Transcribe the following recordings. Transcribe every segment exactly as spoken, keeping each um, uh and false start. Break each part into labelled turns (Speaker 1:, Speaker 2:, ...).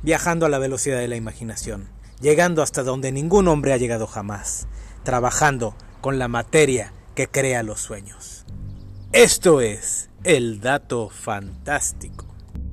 Speaker 1: viajando a la velocidad de la imaginación, llegando hasta donde ningún hombre ha llegado jamás, trabajando con la materia que crea los sueños. Esto es el dato fantástico.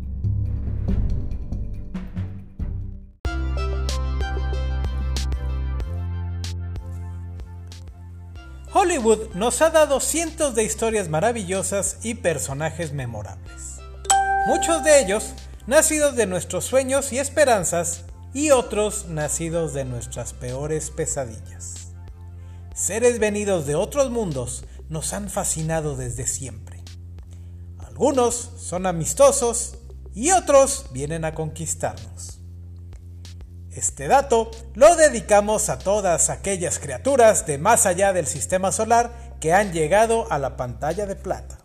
Speaker 1: Hollywood nos ha dado cientos de historias maravillosas y personajes memorables. Muchos de ellos nacidos de nuestros sueños y esperanzas, y otros nacidos de nuestras peores pesadillas. Seres venidos de otros mundos nos han fascinado desde siempre. Algunos son amistosos y otros vienen a conquistarnos. Este dato lo dedicamos a todas aquellas criaturas de más allá del sistema solar que han llegado a la pantalla de plata.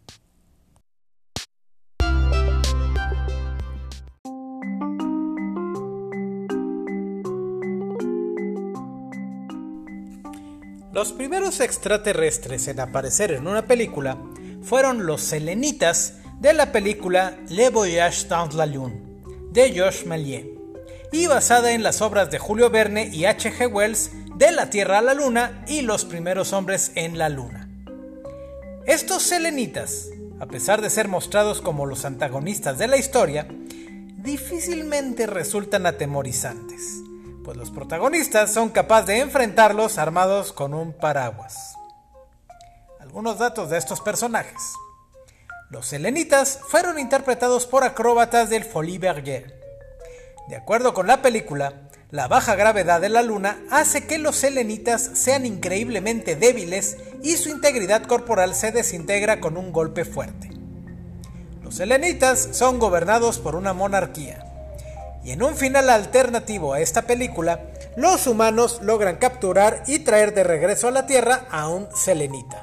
Speaker 1: Los primeros extraterrestres en aparecer en una película fueron los selenitas de la película Le Voyage dans la Lune de Georges Méliès, y basada en las obras de Julio Verne y H G Wells de La Tierra a la Luna y Los primeros hombres en la Luna. Estos selenitas, a pesar de ser mostrados como los antagonistas de la historia, difícilmente resultan atemorizantes, pues los protagonistas son capaces de enfrentarlos armados con un paraguas. Algunos datos de estos personajes. Los selenitas fueron interpretados por acróbatas del Folies Bergère. De acuerdo con la película, la baja gravedad de la Luna hace que los selenitas sean increíblemente débiles y su integridad corporal se desintegra con un golpe fuerte. Los selenitas son gobernados por una monarquía, y en un final alternativo a esta película, los humanos logran capturar y traer de regreso a la Tierra a un selenita.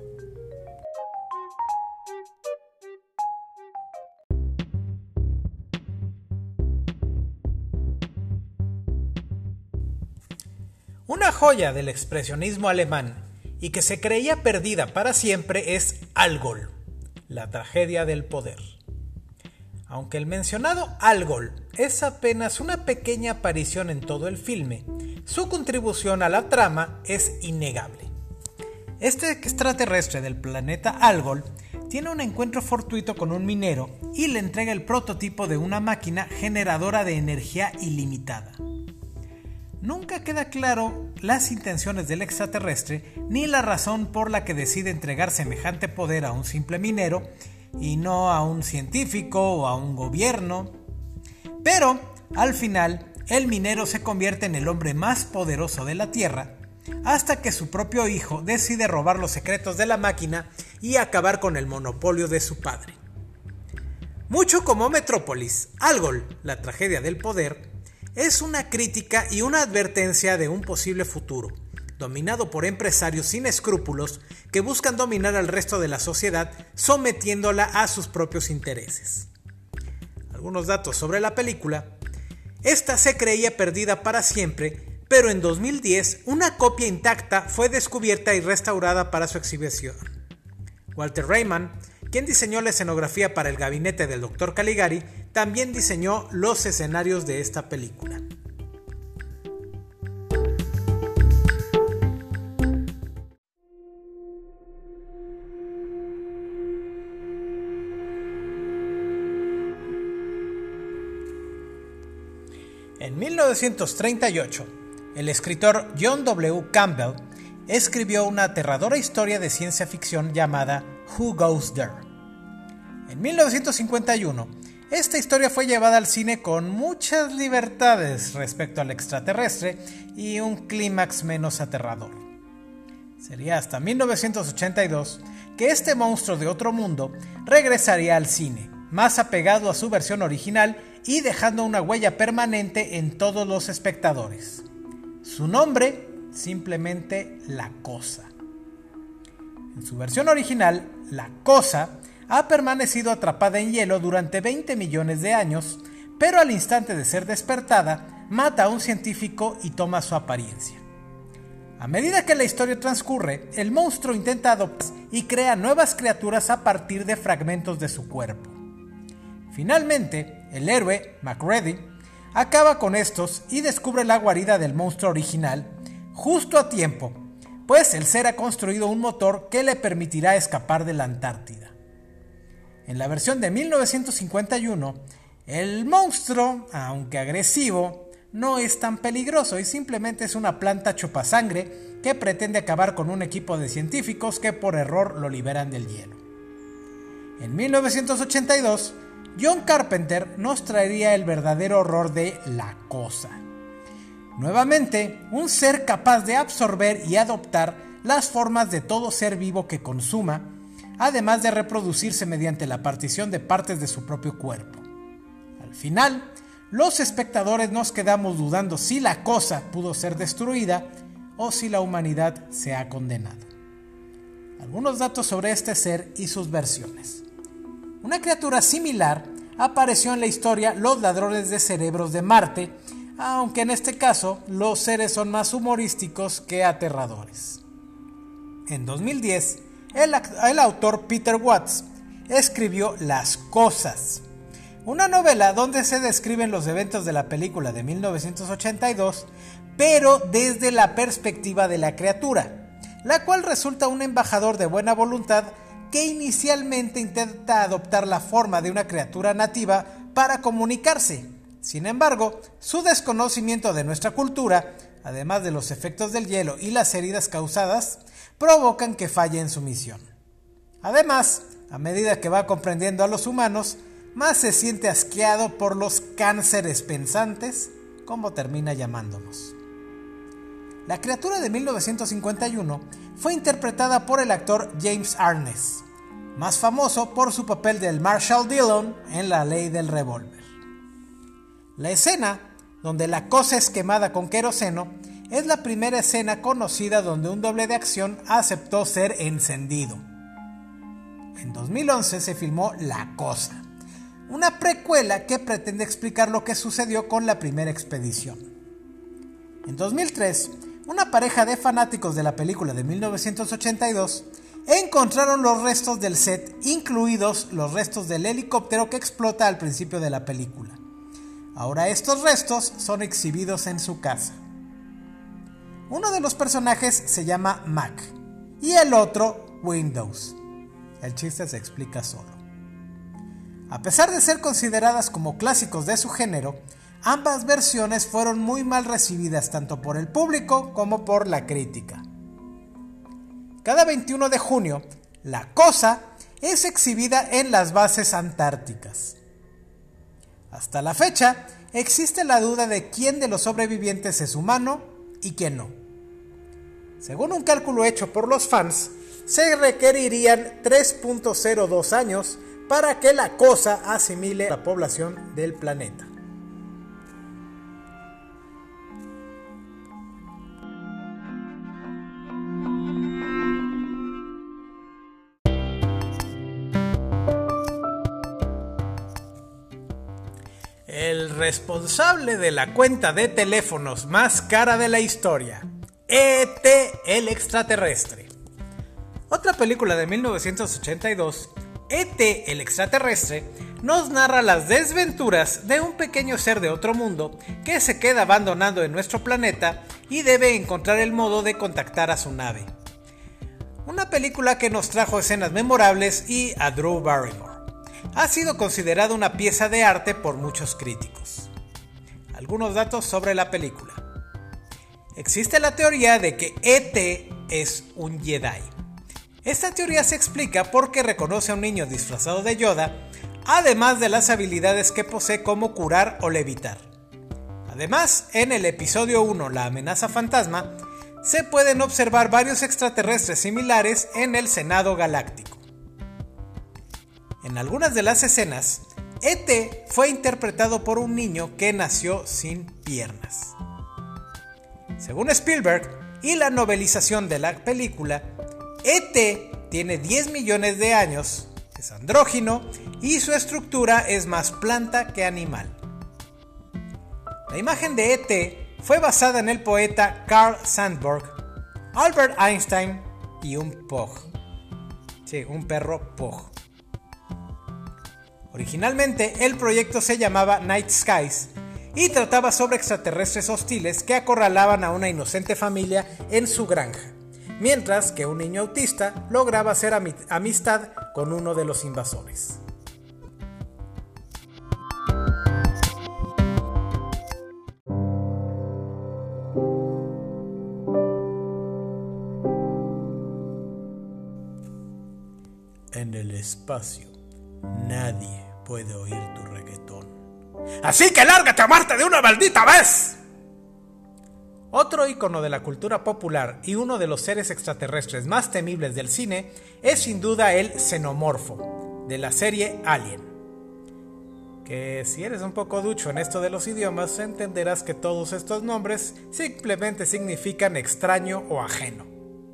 Speaker 1: Una joya del expresionismo alemán y que se creía perdida para siempre es Algol, la tragedia del poder. Aunque el mencionado Algol es apenas una pequeña aparición en todo el filme, su contribución a la trama es innegable. Este extraterrestre del planeta Algol tiene un encuentro fortuito con un minero y le entrega el prototipo de una máquina generadora de energía ilimitada. Nunca queda claro las intenciones del extraterrestre ni la razón por la que decide entregar semejante poder a un simple minero y no a un científico o a un gobierno. Pero, al final, el minero se convierte en el hombre más poderoso de la Tierra, hasta que su propio hijo decide robar los secretos de la máquina y acabar con el monopolio de su padre. Mucho como Metrópolis, Algol, la tragedia del poder, es una crítica y una advertencia de un posible futuro, dominado por empresarios sin escrúpulos que buscan dominar al resto de la sociedad sometiéndola a sus propios intereses. Algunos datos sobre la película. Esta se creía perdida para siempre, pero en dos mil diez una copia intacta fue descubierta y restaurada para su exhibición. Walter Rayman, quien diseñó la escenografía para el gabinete del doctor Caligari, también diseñó los escenarios de esta película. En mil novecientos treinta y ocho, el escritor John W. Campbell escribió una aterradora historia de ciencia ficción llamada Who Goes There? En mil novecientos cincuenta y uno, esta historia fue llevada al cine con muchas libertades respecto al extraterrestre y un clímax menos aterrador. Sería hasta mil novecientos ochenta y dos que este monstruo de otro mundo regresaría al cine, más apegado a su versión original y dejando una huella permanente en todos los espectadores. Su nombre, simplemente La Cosa. En su versión original, La Cosa ha permanecido atrapada en hielo durante veinte millones de años, pero al instante de ser despertada, mata a un científico y toma su apariencia. A medida que la historia transcurre, el monstruo intenta adoptar y crea nuevas criaturas a partir de fragmentos de su cuerpo. Finalmente, el héroe, MacReady, acaba con estos y descubre la guarida del monstruo original justo a tiempo, pues el ser ha construido un motor que le permitirá escapar de la Antártida. En la versión de mil novecientos cincuenta y uno, el monstruo, aunque agresivo, no es tan peligroso y simplemente es una planta chupasangre que pretende acabar con un equipo de científicos que por error lo liberan del hielo. En mil novecientos ochenta y dos, John Carpenter nos traería el verdadero horror de La Cosa. Nuevamente, un ser capaz de absorber y adoptar las formas de todo ser vivo que consuma, además de reproducirse mediante la partición de partes de su propio cuerpo. Al final, los espectadores nos quedamos dudando si la cosa pudo ser destruida o si la humanidad se ha condenado. Algunos datos sobre este ser y sus versiones. Una criatura similar apareció en la historia Los Ladrones de Cerebros de Marte, aunque en este caso los seres son más humorísticos que aterradores. En dos mil diez, el, el autor Peter Watts escribió Las Cosas, una novela donde se describen los eventos de la película de mil novecientos ochenta y dos, pero desde la perspectiva de la criatura, la cual resulta un embajador de buena voluntad que inicialmente intenta adoptar la forma de una criatura nativa para comunicarse. Sin embargo, su desconocimiento de nuestra cultura, además de los efectos del hielo y las heridas causadas, provocan que falle en su misión. Además, a medida que va comprendiendo a los humanos, más se siente asqueado por los cánceres pensantes, como termina llamándonos. La criatura de mil novecientos cincuenta y uno fue interpretada por el actor James Arness, más famoso por su papel del Marshall Dillon en La Ley del Revólver. La escena donde la cosa es quemada con queroseno es la primera escena conocida donde un doble de acción aceptó ser encendido. En dos mil once se filmó La Cosa, una precuela que pretende explicar lo que sucedió con la primera expedición. En dos mil tres, una pareja de fanáticos de la película de mil novecientos ochenta y dos encontraron los restos del set, incluidos los restos del helicóptero que explota al principio de la película. Ahora estos restos son exhibidos en su casa. Uno de los personajes se llama Mac y el otro Windows. El chiste se explica solo. A pesar de ser consideradas como clásicos de su género, ambas versiones fueron muy mal recibidas tanto por el público como por la crítica. Cada veintiuno de junio, La Cosa es exhibida en las bases antárticas. Hasta la fecha, existe la duda de quién de los sobrevivientes es humano y quién no. Según un cálculo hecho por los fans, se requerirían tres punto cero dos años para que la cosa asimile la población del planeta. El responsable de la cuenta de teléfonos más cara de la historia, E T el extraterrestre. Otra película de mil novecientos ochenta y dos, E T el extraterrestre, nos narra las desventuras de un pequeño ser de otro mundo que se queda abandonado en nuestro planeta y debe encontrar el modo de contactar a su nave. Una película que nos trajo escenas memorables y a Drew Barrymore. Ha sido considerada una pieza de arte por muchos críticos. Algunos datos sobre la película. Existe la teoría de que E T es un Jedi. Esta teoría se explica porque reconoce a un niño disfrazado de Yoda, además de las habilidades que posee como curar o levitar. Además, en el episodio uno, La amenaza fantasma, se pueden observar varios extraterrestres similares en el Senado Galáctico. En algunas de las escenas, E T fue interpretado por un niño que nació sin piernas. Según Spielberg y la novelización de la película, E T tiene diez millones de años, es andrógino y su estructura es más planta que animal. La imagen de E T fue basada en el poeta Carl Sandburg, Albert Einstein y un pug. Sí, un perro pug. Originalmente el proyecto se llamaba Night Skies y trataba sobre extraterrestres hostiles que acorralaban a una inocente familia en su granja, mientras que un niño autista lograba hacer ami- amistad con uno de los invasores. En el espacio, nadie puede oír tu reggaetón. ¡Así que lárgate a Marte de una maldita vez! Otro ícono de la cultura popular y uno de los seres extraterrestres más temibles del cine es sin duda el xenomorfo, de la serie Alien. Que si eres un poco ducho en esto de los idiomas, entenderás que todos estos nombres simplemente significan extraño o ajeno.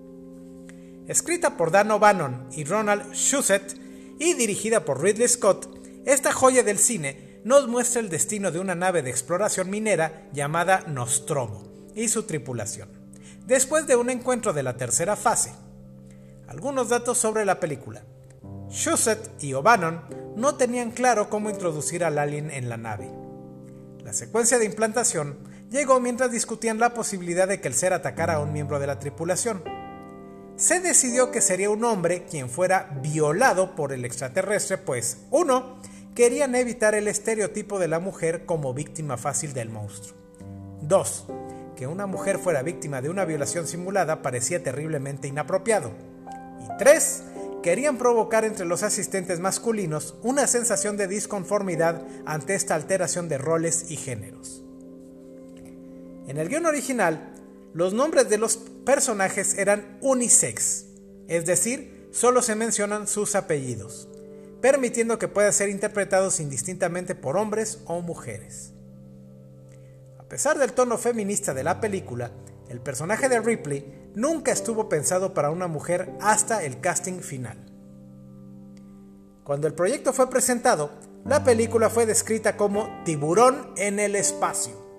Speaker 1: Escrita por Dan O'Bannon y Ronald Shusett y dirigida por Ridley Scott, esta joya del cine nos muestra el destino de una nave de exploración minera llamada Nostromo y su tripulación, después de un encuentro de la tercera fase. Algunos datos sobre la película. Shusett y O'Bannon no tenían claro cómo introducir al alien en la nave. La secuencia de implantación llegó mientras discutían la posibilidad de que el ser atacara a un miembro de la tripulación. Se decidió que sería un hombre quien fuera violado por el extraterrestre, pues uno, querían evitar el estereotipo de la mujer como víctima fácil del monstruo. dos. Que una mujer fuera víctima de una violación simulada parecía terriblemente inapropiado. Y tres. Querían provocar entre los asistentes masculinos una sensación de disconformidad ante esta alteración de roles y géneros. En el guión original, los nombres de los personajes eran unisex, es decir, solo se mencionan sus apellidos, permitiendo que puedan ser interpretados indistintamente por hombres o mujeres. A pesar del tono feminista de la película, el personaje de Ripley nunca estuvo pensado para una mujer hasta el casting final. Cuando el proyecto fue presentado, la película fue descrita como tiburón en el espacio.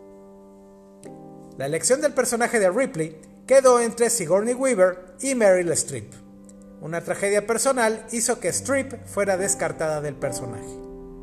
Speaker 1: La elección del personaje de Ripley quedó entre Sigourney Weaver y Meryl Streep. Una tragedia personal hizo que Streep fuera descartada del personaje.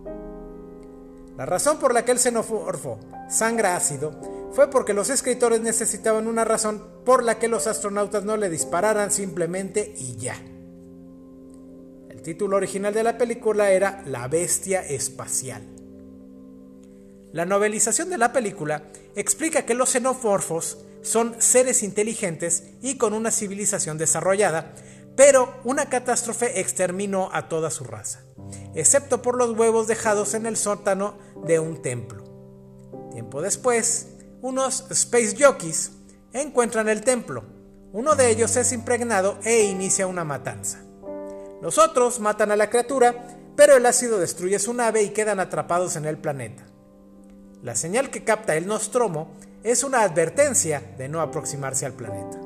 Speaker 1: La razón por la que el xenomorfo sangra ácido fue porque los escritores necesitaban una razón por la que los astronautas no le dispararan simplemente y ya. El título original de la película era La Bestia Espacial. La novelización de la película explica que los xenomorfos son seres inteligentes y con una civilización desarrollada, pero una catástrofe exterminó a toda su raza, excepto por los huevos dejados en el sótano de un templo. Tiempo después, unos space jockeys encuentran el templo. Uno de ellos es impregnado e inicia una matanza. Los otros matan a la criatura, pero el ácido destruye su nave y quedan atrapados en el planeta. La señal que capta el Nostromo es una advertencia de no aproximarse al planeta.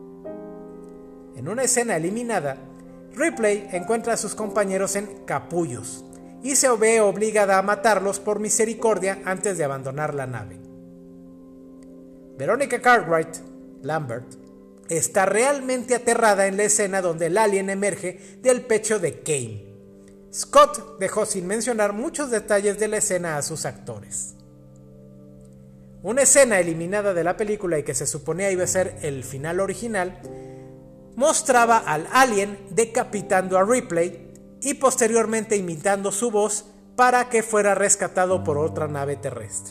Speaker 1: En una escena eliminada, Ripley encuentra a sus compañeros en capullos y se ve obligada a matarlos por misericordia antes de abandonar la nave. Veronica Cartwright, Lambert, está realmente aterrada en la escena donde el alien emerge del pecho de Kane. Scott dejó sin mencionar muchos detalles de la escena a sus actores. Una escena eliminada de la película y que se suponía iba a ser el final original, mostraba al alien decapitando a Ripley y posteriormente imitando su voz para que fuera rescatado por otra nave terrestre.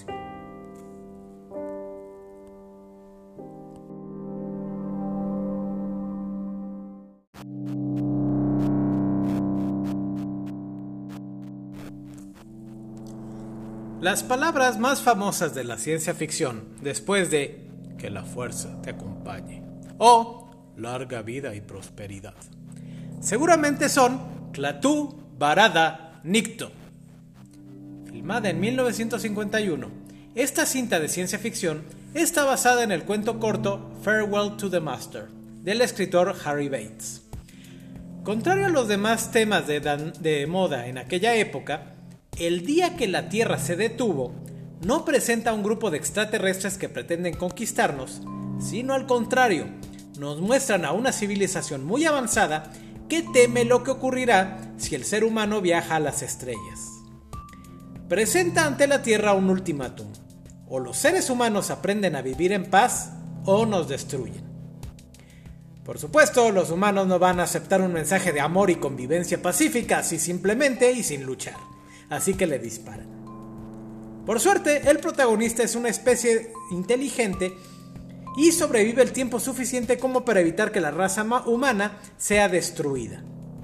Speaker 1: Las palabras más famosas de la ciencia ficción, después de que la fuerza te acompañe o larga vida y prosperidad, seguramente son Klaatu Barada Nikto. Filmada en mil novecientos cincuenta y uno, esta cinta de ciencia ficción está basada en el cuento corto Farewell to the Master, del escritor Harry Bates. Contrario a los demás temas de, dan- de moda en aquella época, el día que la Tierra se detuvo no presenta a un grupo de extraterrestres que pretenden conquistarnos, sino al contrario, nos muestran a una civilización muy avanzada que teme lo que ocurrirá si el ser humano viaja a las estrellas. Presenta ante la Tierra un ultimátum: O los seres humanos aprenden a vivir en paz o nos destruyen. Por supuesto, los humanos no van a aceptar un mensaje de amor y convivencia pacífica así simplemente y sin luchar. Así que le disparan. Por suerte, el protagonista es una especie inteligente y sobrevive el tiempo suficiente como para evitar que la raza humana sea destruida.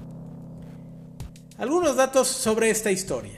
Speaker 1: Algunos datos sobre esta historia.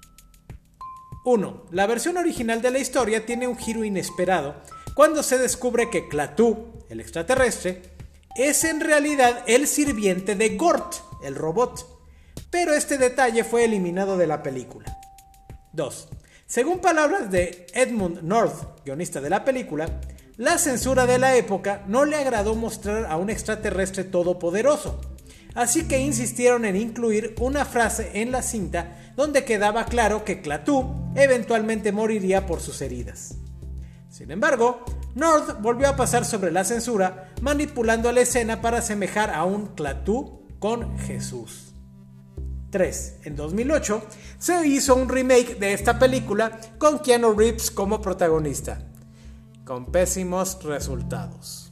Speaker 1: uno. La versión original de la historia tiene un giro inesperado cuando se descubre que Klaatu, el extraterrestre, es en realidad el sirviente de Gort, el robot, pero este detalle fue eliminado de la película. dos. Según palabras de Edmund North, guionista de la película, la censura de la época no le agradó mostrar a un extraterrestre todopoderoso, así que insistieron en incluir una frase en la cinta donde quedaba claro que Klaatu eventualmente moriría por sus heridas. Sin embargo, North volvió a pasar sobre la censura, manipulando la escena para asemejar a un Klaatu con Jesús. tres. En dos mil ocho se hizo un remake de esta película con Keanu Reeves como protagonista, con pésimos resultados.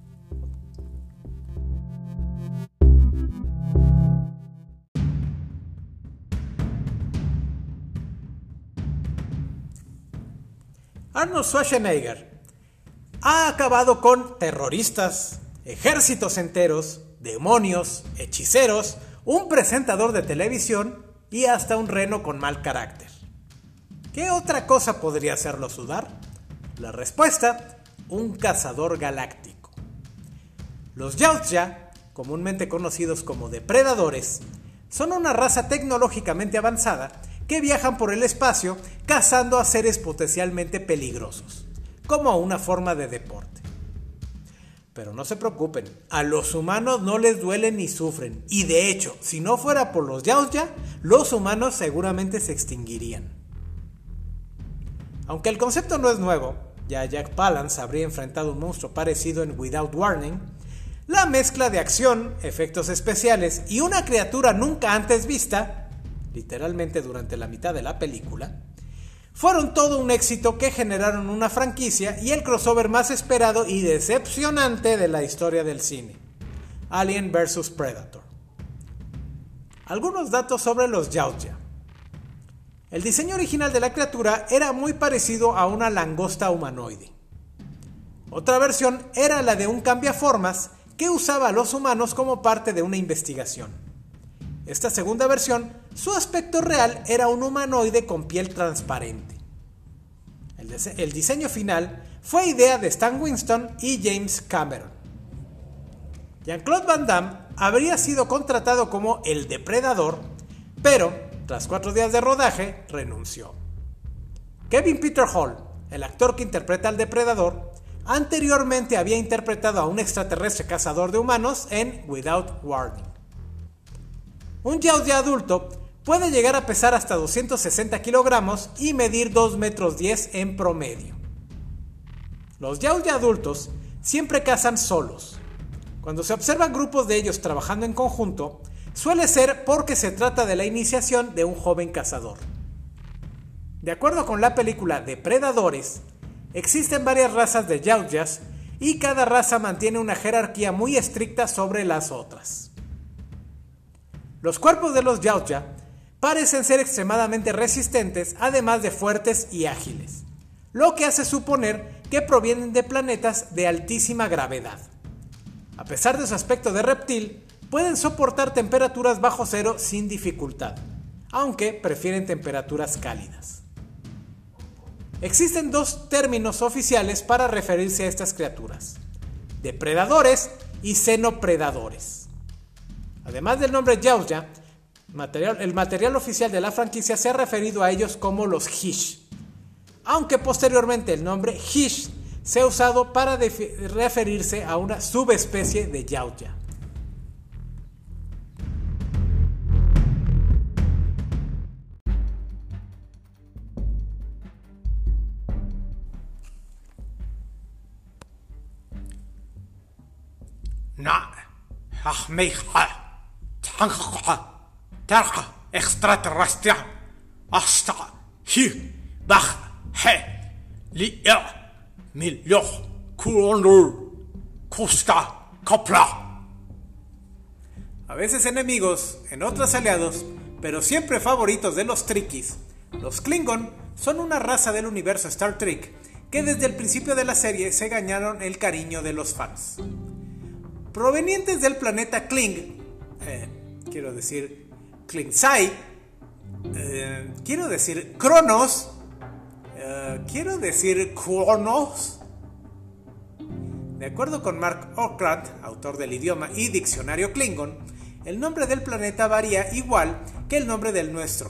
Speaker 1: Arnold Schwarzenegger ha acabado con terroristas, ejércitos enteros, demonios, hechiceros, un presentador de televisión y hasta un reno con mal carácter. ¿Qué otra cosa podría hacerlo sudar? La respuesta: un cazador galáctico. Los Yautja, comúnmente conocidos como depredadores, son una raza tecnológicamente avanzada que viajan por el espacio cazando a seres potencialmente peligrosos, como una forma de deporte. Pero no se preocupen, a los humanos no les duelen ni sufren, y de hecho, si no fuera por los Yautja, los humanos seguramente se extinguirían. Aunque el concepto no es nuevo, ya Jack Palance habría enfrentado un monstruo parecido en Without Warning, la mezcla de acción, efectos especiales y una criatura nunca antes vista, literalmente durante la mitad de la película, fueron todo un éxito que generaron una franquicia y el crossover más esperado y decepcionante de la historia del cine: Alien versus Predator. Algunos datos sobre los Yautja. El diseño original de la criatura era muy parecido a una langosta humanoide. Otra versión era la de un cambiaformas que usaba a los humanos como parte de una investigación. Esta segunda versión, su aspecto real era un humanoide con piel transparente. El, dise- el diseño final fue idea de Stan Winston y James Cameron. Jean-Claude Van Damme habría sido contratado como el depredador, pero tras cuatro días de rodaje renunció. Kevin Peter Hall, el actor que interpreta al depredador, anteriormente había interpretado a un extraterrestre cazador de humanos en Without Warning. Un Yautja adulto puede llegar a pesar hasta doscientos sesenta kilogramos y medir dos metros diez en promedio. Los Yautja adultos siempre cazan solos. Cuando se observan grupos de ellos trabajando en conjunto, suele ser porque se trata de la iniciación de un joven cazador. De acuerdo con la película Depredadores, existen varias razas de Yautjas y cada raza mantiene una jerarquía muy estricta sobre las otras. Los cuerpos de los Yautja parecen ser extremadamente resistentes, además de fuertes y ágiles, lo que hace suponer que provienen de planetas de altísima gravedad. A pesar de su aspecto de reptil, pueden soportar temperaturas bajo cero sin dificultad, aunque prefieren temperaturas cálidas. Existen dos términos oficiales para referirse a estas criaturas: depredadores y xenopredadores. Además del nombre Yautja, material, el material oficial de la franquicia se ha referido a ellos como los Hish, aunque posteriormente el nombre Hish se ha usado para referirse a una subespecie de Yautja.
Speaker 2: Na, ahmeja. Tarqa extraterrestre hasta hi bach he Lia, Miljo, Kurundur, Kusta, Kopla.
Speaker 1: A veces enemigos, en otras aliados, pero siempre favoritos de los Trekkies, los Klingon son una raza del universo Star Trek que desde el principio de la serie se ganaron el cariño de los fans. Provenientes del planeta Kling, eh, quiero decir Klingsai, eh, quiero decir Kronos, eh, quiero decir Kronos. De acuerdo con Mark Okrand, autor del idioma y diccionario Klingon, el nombre del planeta varía igual que el nombre del nuestro: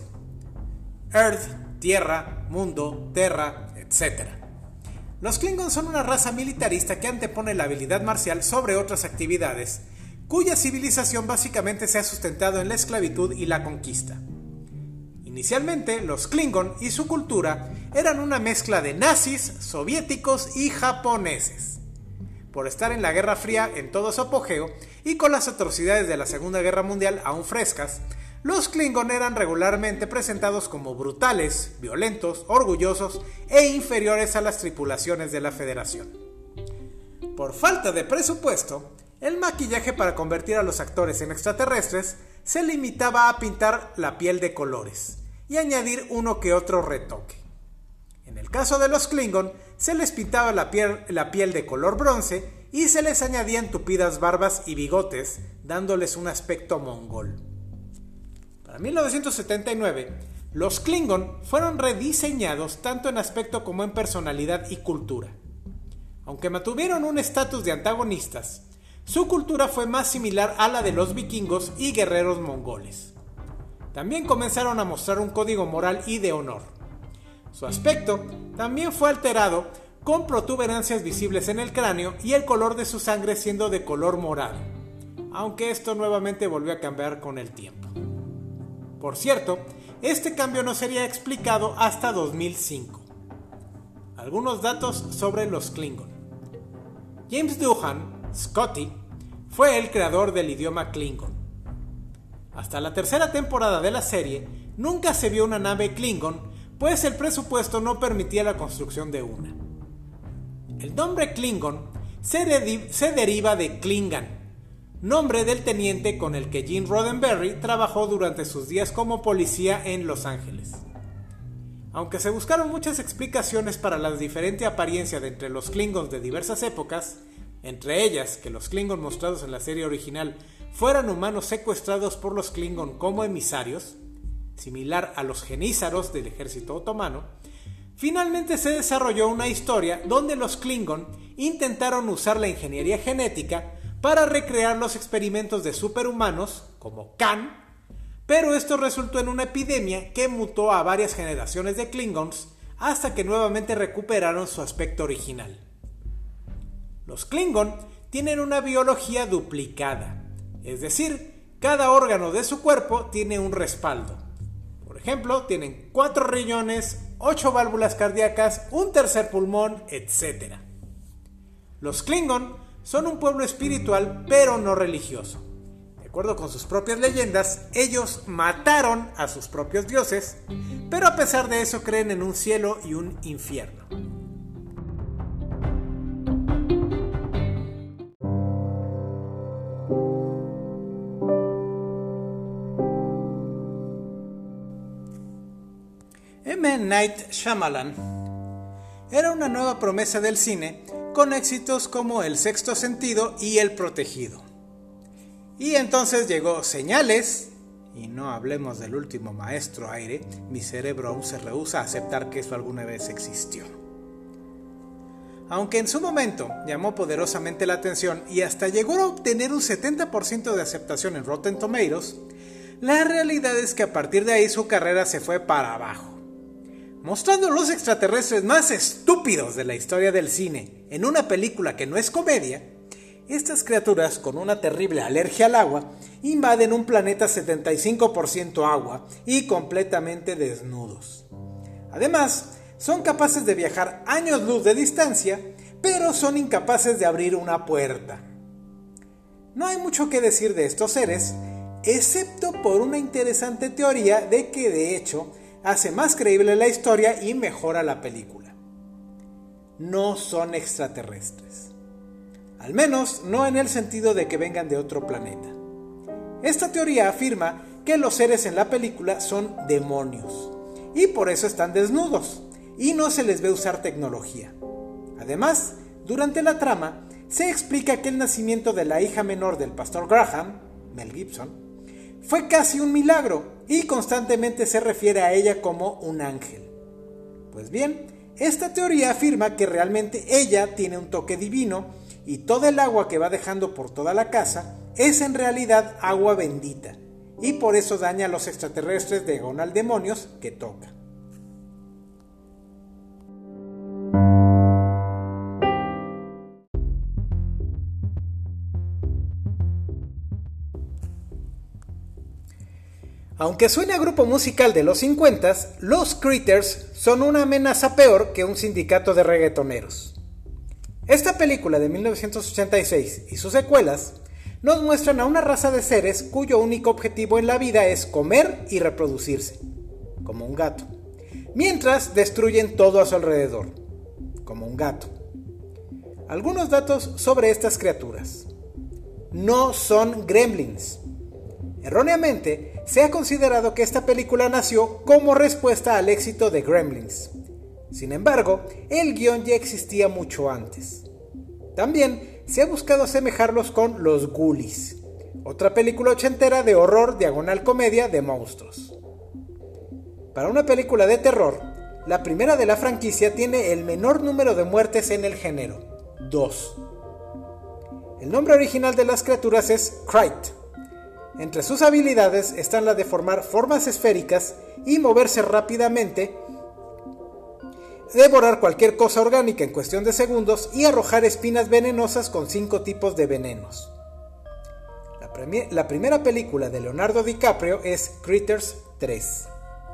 Speaker 1: Earth, Tierra, Mundo, Terra, etcétera. Los Klingon son una raza militarista que antepone la habilidad marcial sobre otras actividades, cuya civilización básicamente se ha sustentado en la esclavitud y la conquista. Inicialmente, los Klingon y su cultura eran una mezcla de nazis, soviéticos y japoneses. Por estar en la Guerra Fría en todo su apogeo y con las atrocidades de la Segunda Guerra Mundial aún frescas, los Klingon eran regularmente presentados como brutales, violentos, orgullosos e inferiores a las tripulaciones de la Federación. Por falta de presupuesto, el maquillaje para convertir a los actores en extraterrestres se limitaba a pintar la piel de colores y añadir uno que otro retoque. En el caso de los Klingon, se les pintaba la piel, la piel de color bronce y se les añadían tupidas barbas y bigotes, dándoles un aspecto mongol. Para mil novecientos setenta y nueve, los Klingon fueron rediseñados tanto en aspecto como en personalidad y cultura. Aunque mantuvieron un estatus de antagonistas, su cultura fue más similar a la de los vikingos y guerreros mongoles. También comenzaron a mostrar un código moral y de honor. Su aspecto también fue alterado, con protuberancias visibles en el cráneo y el color de su sangre siendo de color morado, aunque esto nuevamente volvió a cambiar con el tiempo. Por cierto, este cambio no sería explicado hasta dos mil cinco. Algunos datos sobre los Klingon. James Doohan, Scotty, fue el creador del idioma Klingon. Hasta la tercera temporada de la serie, nunca se vio una nave Klingon, pues el presupuesto no permitía la construcción de una. El nombre Klingon se, de- se deriva de Klingan, nombre del teniente con el que Gene Roddenberry trabajó durante sus días como policía en Los Ángeles. Aunque se buscaron muchas explicaciones para la diferente apariencia de entre los Klingons de diversas épocas, entre ellas que los Klingon mostrados en la serie original fueran humanos secuestrados por los Klingon como emisarios, similar a los genízaros del ejército otomano, finalmente se desarrolló una historia donde los Klingon intentaron usar la ingeniería genética para recrear los experimentos de superhumanos, como Khan, pero esto resultó en una epidemia que mutó a varias generaciones de Klingons hasta que nuevamente recuperaron su aspecto original. Los Klingon tienen una biología duplicada, es decir, cada órgano de su cuerpo tiene un respaldo. Por ejemplo, tienen cuatro riñones, ocho válvulas cardíacas, un tercer pulmón, etcétera. Los Klingon son un pueblo espiritual, pero no religioso. De acuerdo con sus propias leyendas, ellos mataron a sus propios dioses, pero a pesar de eso creen en un cielo y un infierno. M. Night Shyamalan era una nueva promesa del cine con éxitos como El Sexto Sentido y El Protegido. Y entonces llegó Señales, y no hablemos del último maestro aire, mi cerebro aún se rehúsa a aceptar que eso alguna vez existió. Aunque en su momento llamó poderosamente la atención y hasta llegó a obtener un setenta por ciento de aceptación en Rotten Tomatoes, la realidad es que a partir de ahí su carrera se fue para abajo. Mostrando los extraterrestres más estúpidos de la historia del cine en una película que no es comedia, estas criaturas con una terrible alergia al agua invaden un planeta setenta y cinco por ciento agua y completamente desnudos. Además, son capaces de viajar años luz de distancia, pero son incapaces de abrir una puerta. No hay mucho que decir de estos seres, excepto por una interesante teoría de que de hecho hace más creíble la historia y mejora la película. no son extraterrestres. Al menos no en el sentido de que vengan de otro planeta. Esta teoría afirma que los seres en la película son demonios y por eso están desnudos y no se les ve usar tecnología. Además, durante la trama se explica que el nacimiento de la hija menor del pastor Graham, Mel Gibson, fue casi un milagro y constantemente se refiere a ella como un ángel. Pues bien, esta teoría afirma que realmente ella tiene un toque divino y toda el agua que va dejando por toda la casa es en realidad agua bendita y por eso daña a los extraterrestres diagonal demonios que toca. Aunque suene a grupo musical de los cincuenta, los Critters son una amenaza peor que un sindicato de reggaetoneros. Esta película de mil novecientos ochenta y seis y sus secuelas nos muestran a una raza de seres cuyo único objetivo en la vida es comer y reproducirse, como un gato, mientras destruyen todo a su alrededor, como un gato. Algunos datos sobre estas criaturas. No son gremlins. Erróneamente, se ha considerado que esta película nació como respuesta al éxito de Gremlins. Sin embargo, el guión ya existía mucho antes. También se ha buscado asemejarlos con Los Ghoulies, otra película ochentera de horror diagonal comedia de monstruos. Para una película de terror, la primera de la franquicia tiene el menor número de muertes en el género, dos. El nombre original de las criaturas es Krayt. Entre sus habilidades están la de formar formas esféricas y moverse rápidamente, devorar cualquier cosa orgánica en cuestión de segundos y arrojar espinas venenosas con cinco tipos de venenos. La, premi- la primera película de Leonardo DiCaprio es Critters tres.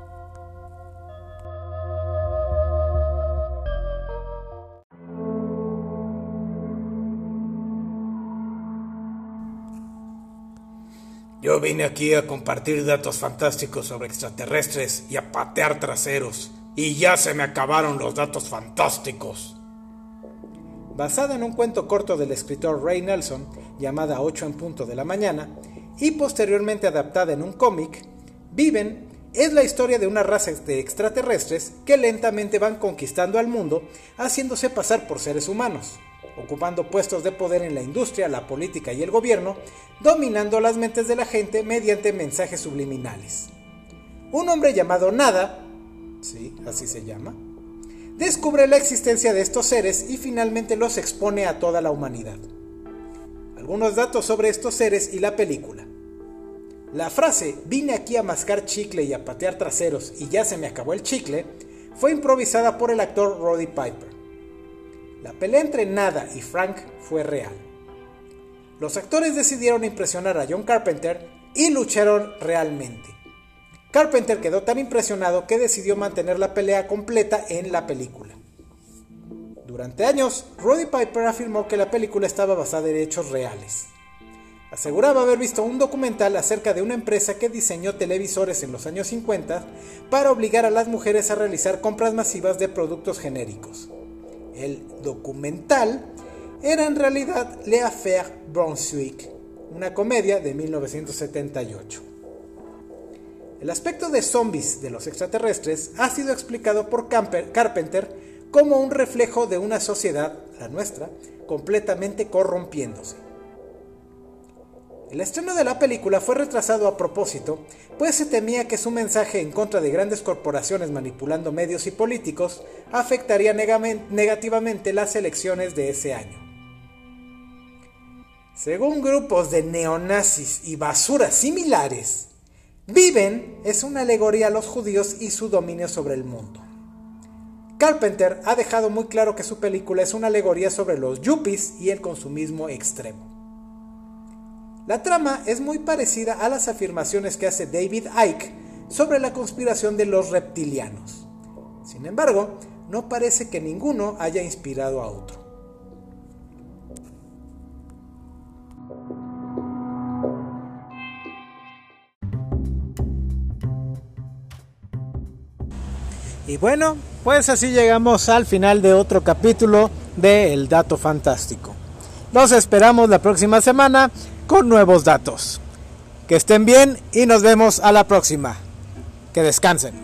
Speaker 2: Yo vine aquí a compartir datos fantásticos sobre extraterrestres y a patear traseros. Y ya se me acabaron los datos fantásticos.
Speaker 1: Basada en un cuento corto del escritor Ray Nelson, llamada ocho en punto de la mañana, y posteriormente adaptada en un cómic, Viven es la historia de una raza de extraterrestres que lentamente van conquistando al mundo, haciéndose pasar por seres humanos, ocupando puestos de poder en la industria, la política y el gobierno, dominando las mentes de la gente mediante mensajes subliminales. Un hombre llamado Nada, sí, así se llama, descubre la existencia de estos seres y finalmente los expone a toda la humanidad. Algunos datos sobre estos seres y la película. La frase "vine aquí a mascar chicle y a patear traseros y ya se me acabó el chicle" fue improvisada por el actor Roddy Piper. La pelea entre Nada y Frank fue real. Los actores decidieron impresionar a John Carpenter y lucharon realmente. Carpenter quedó tan impresionado que decidió mantener la pelea completa en la película. Durante años, Roddy Piper afirmó que la película estaba basada en hechos reales. Aseguraba haber visto un documental acerca de una empresa que diseñó televisores en los años cincuenta para obligar a las mujeres a realizar compras masivas de productos genéricos. El documental era en realidad Le Affaire Brunswick, una comedia de mil novecientos setenta y ocho. El aspecto de zombies de los extraterrestres ha sido explicado por Carpenter como un reflejo de una sociedad, la nuestra, completamente corrompiéndose. El estreno de la película fue retrasado a propósito, pues se temía que su mensaje en contra de grandes corporaciones manipulando medios y políticos afectaría negativamente las elecciones de ese año. Según grupos de neonazis y basuras similares, Viven es una alegoría a los judíos y su dominio sobre el mundo. Carpenter ha dejado muy claro que su película es una alegoría sobre los yuppies y el consumismo extremo. La trama es muy parecida a las afirmaciones que hace David Icke sobre la conspiración de los reptilianos. Sin embargo, no parece que ninguno haya inspirado a otro. Y bueno, pues así llegamos al final de otro capítulo de El Dato Fantástico. Los esperamos la próxima semana con nuevos datos. Que estén bien y nos vemos a la próxima. Que descansen.